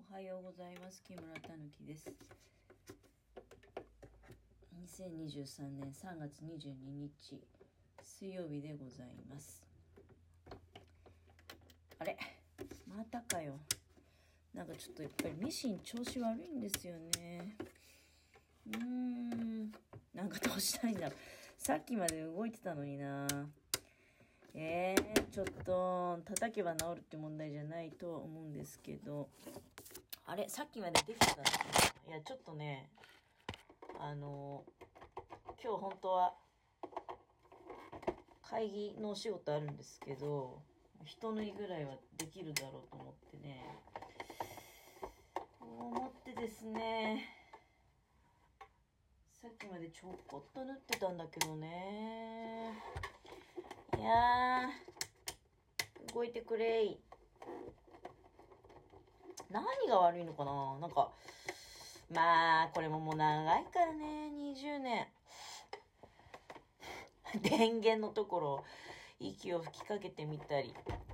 おはようございます。木村たぬきです。2023年3月22日水曜日でございます。あれまたかよ。なんかちょっとやっぱりミシン調子悪いんですよね。なんかどうしたいんだろう。さっきまで動いてたのにな。ちょっと叩けば治るって問題じゃないとは思うんですけど、あれさっきまでできてたんですよ。いやちょっとね、今日本当は会議のお仕事あるんですけど、一縫いぐらいはできるだろうと思ってね、思ってですね、さっきまでちょこっと縫ってたんだけどね。いやー、動いてくれい。何が悪いのかな。なんかまあこれももう長いからね、20年電源のところ息を吹きかけてみたり、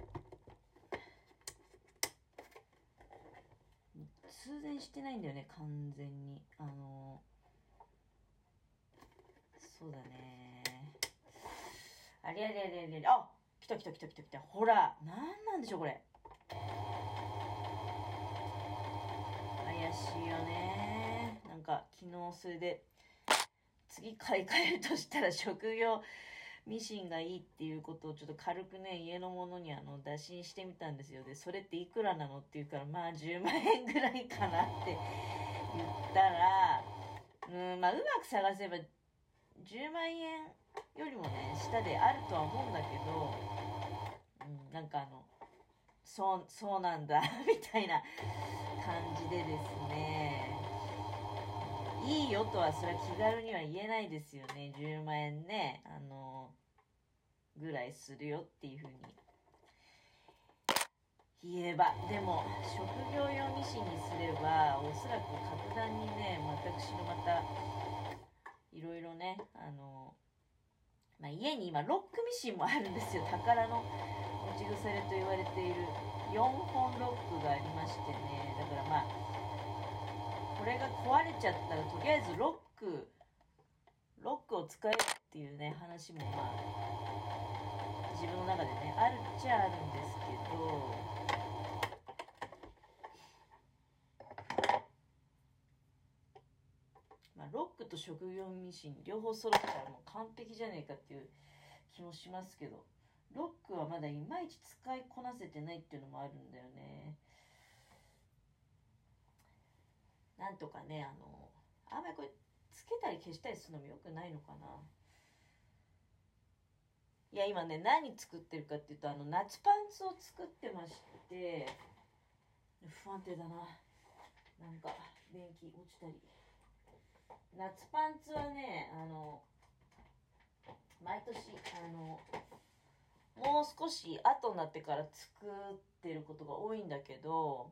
通電してないんだよね完全に。そうだね、ありゃりゃりゃりゃりゃ、あ、来た来た来た来た来た、ほら、なんなんでしょうこれ。怪しいよね。なんか昨日それで次買い替えるとしたら職業ミシンがいいっていうことをちょっと軽くね、家のものに打診してみたんですよ。でそれっていくらなのって言うから、まあ10万円ぐらいかなって言ったら、まあうまく探せば10万円よりもね下であるとは思うんだけど、なんかそうなんだみたいな感じでですね、いいよとはそれは気軽には言えないですよね。10万円ね、ぐらいするよっていう風に言えば。でも職業用ミシンにすればおそらく格段にね、私のまたいろいろね、家に今ロックミシンもあるんですよ。宝の持ち腐れと言われている4本ロックがありましてね。だからこれが壊れちゃったらとりあえずロックを使えるっていうね話も自分の中でねあるっちゃあるんですけど、ロックと職業ミシン両方揃ったらもう完璧じゃねえかっていう気もしますけど、ロックはまだいまいち使いこなせてないっていうのもあるんだよね。なんとかね、あんまりこれつけたり消したりするのもよくないのかな。いや今ね何作ってるかっていうと、夏パンツを作ってまして、不安定だな、なんか電気落ちたり。夏パンツはね、毎年もう少し後になってから作ってることが多いんだけど、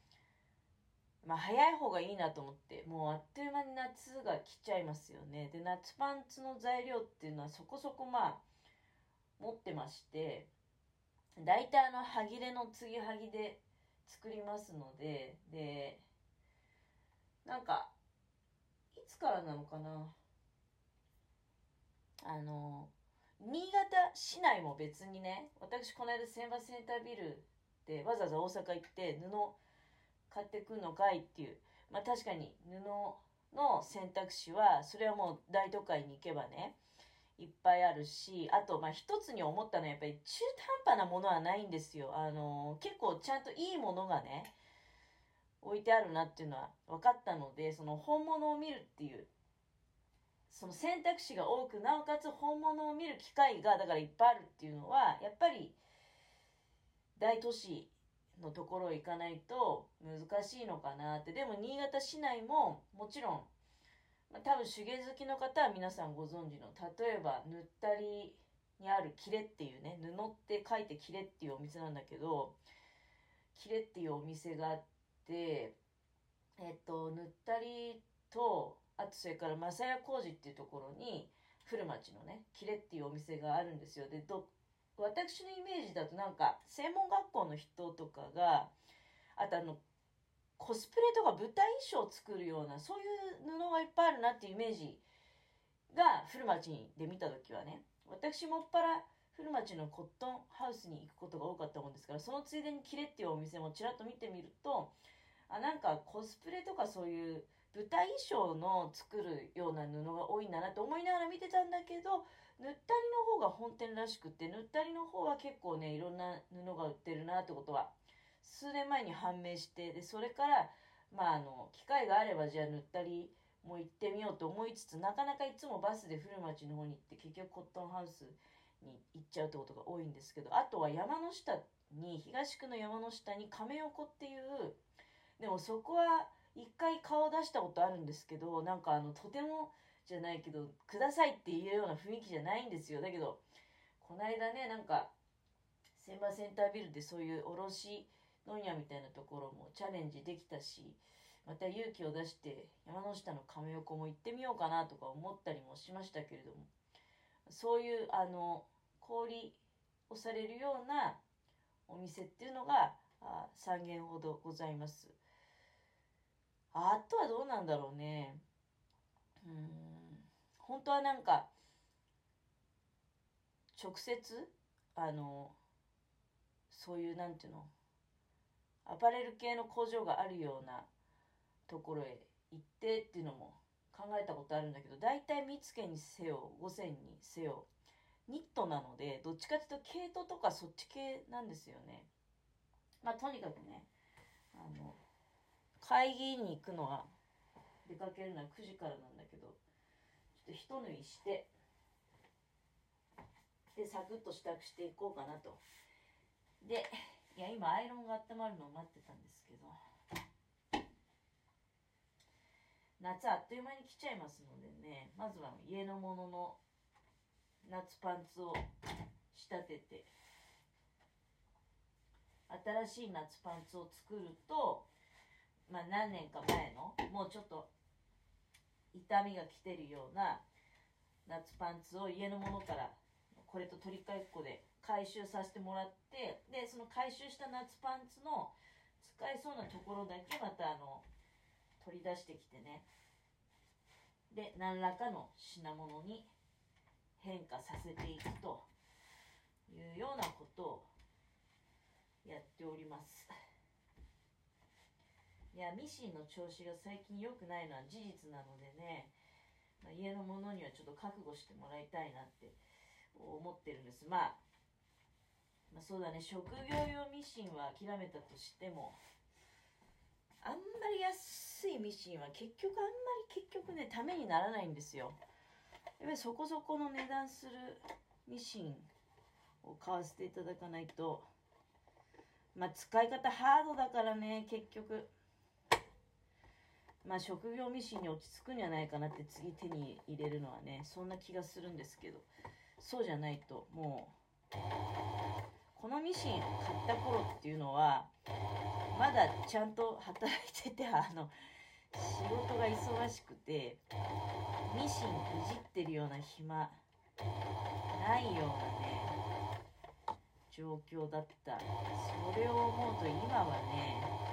早い方がいいなと思って、もうあっという間に夏が来ちゃいますよね。で夏パンツの材料っていうのはそこそこ持ってまして、だいたい歯切れの継ぎはぎで作りますので、なんかいつからなのかな、新潟市内も別にね、私この間千葉センタービルでわざわざ大阪行って布買ってくんのかいっていう、確かに布の選択肢はそれはもう大都会に行けばねいっぱいあるし、あと一つに思ったのはやっぱり中途半端なものはないんですよ。結構ちゃんといいものがね置いてあるなっていうのは分かったので、その本物を見るっていうその選択肢が多く、なおかつ本物を見る機会がだからいっぱいあるっていうのはやっぱり大都市のところへ行かないと難しいのかなって。でも新潟市内ももちろん、多分手芸好きの方は皆さんご存知の、例えばぬったりにあるキレっていうね、布って書いてキレっていうお店なんだけど、キレっていうお店があって、ぬったりと、あとそれから正屋工事っていうところに古町のねキレっていうお店があるんですよ。で私のイメージだとなんか専門学校の人とかが、あとコスプレとか舞台衣装を作るようなそういう布がいっぱいあるなっていうイメージが古町で見た時はね、私もっぱら古町のコットンハウスに行くことが多かったもんですから、そのついでにキレっていうお店もちらっと見てみると、なんかコスプレとかそういう舞台衣装の作るような布が多いんだなと思いながら見てたんだけど、塗ったりの方が本店らしくて、塗ったりの方は結構ねいろんな布が売ってるなってことは数年前に判明して、でそれから機会があればじゃあ塗ったりもう行ってみようと思いつつ、なかなかいつもバスで古町の方に行って結局コットンハウスに行っちゃうってことが多いんですけど、あとは山の下に、東区の山の下に亀横っていう、でもそこは一回顔を出したことあるんですけど、なんかとてもじゃないけどくださいって言えるような雰囲気じゃないんですよ。だけどこの間ね、なんか千葉センタービルでそういう卸問屋みたいなところもチャレンジできたし、また勇気を出して山の下の亀横も行ってみようかなとか思ったりもしましたけれども、そういう小売りをされるようなお店っていうのが3軒ほどございます。あとはどうなんだろうね。本当はなんか直接そういうなんていうの、アパレル系の工場があるようなところへ行ってっていうのも考えたことあるんだけど、だいたい見附にせよ五泉にせよニットなので、どっちかというと毛糸とかそっち系なんですよね。とにかくね、会議に行くのは、出かけるのは9時からなんだけど、ちょっと一縫いしてでサクッと支度していこうかなと。で、いや今アイロンが温まるのを待ってたんですけど、夏あっという間に来ちゃいますのでね、まずは家のものの夏パンツを仕立てて、新しい夏パンツを作ると、何年か前のもうちょっと痛みが来てるような夏パンツを家のものからこれと取り替えっこで回収させてもらって、でその回収した夏パンツの使えそうなところだけまた取り出してきてね、で何らかの品物に変化させていくというようなことをやっております。いや、ミシンの調子が最近良くないのは事実なのでね、家のものにはちょっと覚悟してもらいたいなって思ってるんです。そうだね、職業用ミシンは諦めたとしても、あんまり安いミシンは結局ね、ためにならないんですよ。やっぱりそこそこの値段するミシンを買わせていただかないと、使い方ハードだからね、結局職業ミシンに落ち着くんじゃないかなって、次手に入れるのはね、そんな気がするんですけど、そうじゃないともう、このミシン買った頃っていうのはまだちゃんと働いてて、仕事が忙しくてミシンいじってるような暇ないようなね状況だった。それを思うと今はね、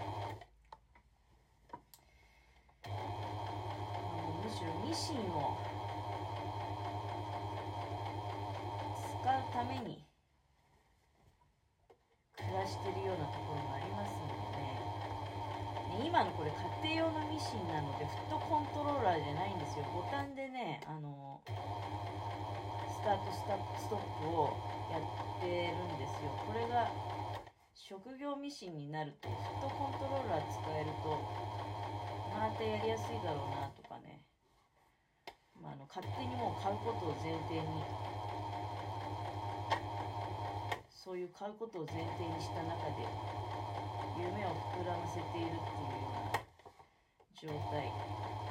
むしろミシンを使うために暮らしてるようなところもありますのでね。今のこれ家庭用のミシンなのでフットコントローラーじゃないんですよ。ボタンでね、スタートストップをやってるんですよ。これが職業ミシンになると、フットコントローラー使えるとまたやりやすいだろうなとかね、勝手にもう買うことを前提に、そういう買うことを前提にした中で夢を膨らませているっていうような状態。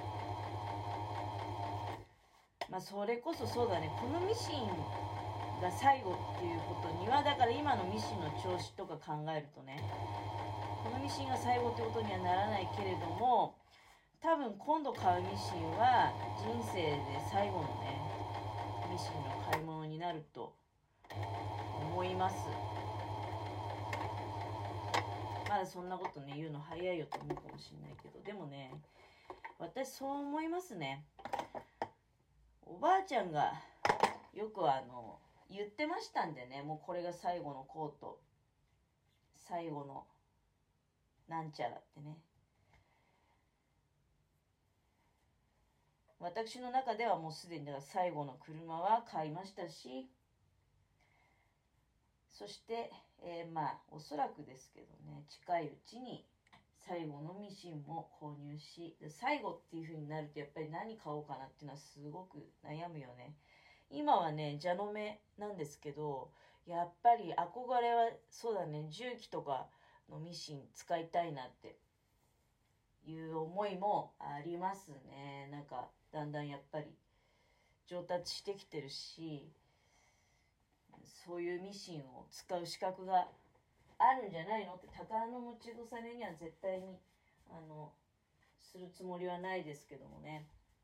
それこそそうだね、このミシンが最後っていうことには、だから今のミシンの調子とか考えるとね、このミシンが最後ってことにはならないけれども、多分今度買うミシンは人生で最後のねミシンの買い物になると思います。 まだそんなことね、言うの早いよと思うかもしれないけど、でもね、私そう思いますね。おばあちゃんがよく言ってましたんでね、もうこれが最後のコート、最後のなんちゃらってね。私の中ではもうすでにだから最後の車は買いましたし、そして、まあおそらくですけどね、近いうちに最後のミシンも購入し、最後っていう風になるとやっぱり何買おうかなっていうのはすごく悩むよね。今はね、蛇の目なんですけど、やっぱり憧れはそうだね、重機とかのミシン使いたいなっていう思いもありますね。なんかだんだんやっぱり上達してきてるし、そういうミシンを使う資格があるんじゃないのって宝の持ち腐れには絶対にするつもりはないですけどもね。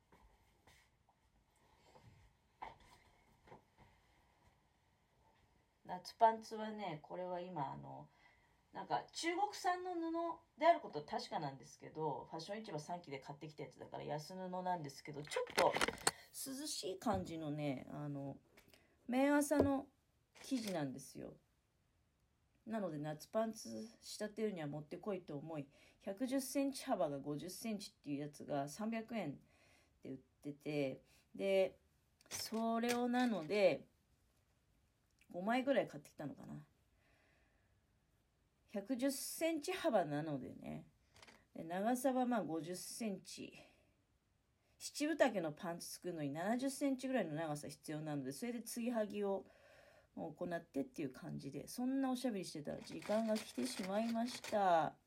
夏パンツはね、これは今なんか中国産の布であることは確かなんですけど、ファッション市場3期で買ってきたやつだから安布なんですけど、ちょっと涼しい感じのね、綿麻の生地なんですよ。なので夏パンツ仕立てるにはもってこいと思い、110センチ幅が50センチっていうやつが300円で売ってて、でそれをなので5枚ぐらい買ってきたのかな。110センチ幅なのでね、で長さはまあ50センチ、七分丈のパンツ作るのに70センチぐらいの長さ必要なので、それで継ぎはぎを行ってっていう感じで、そんなおしゃべりしてたら時間が来てしまいました。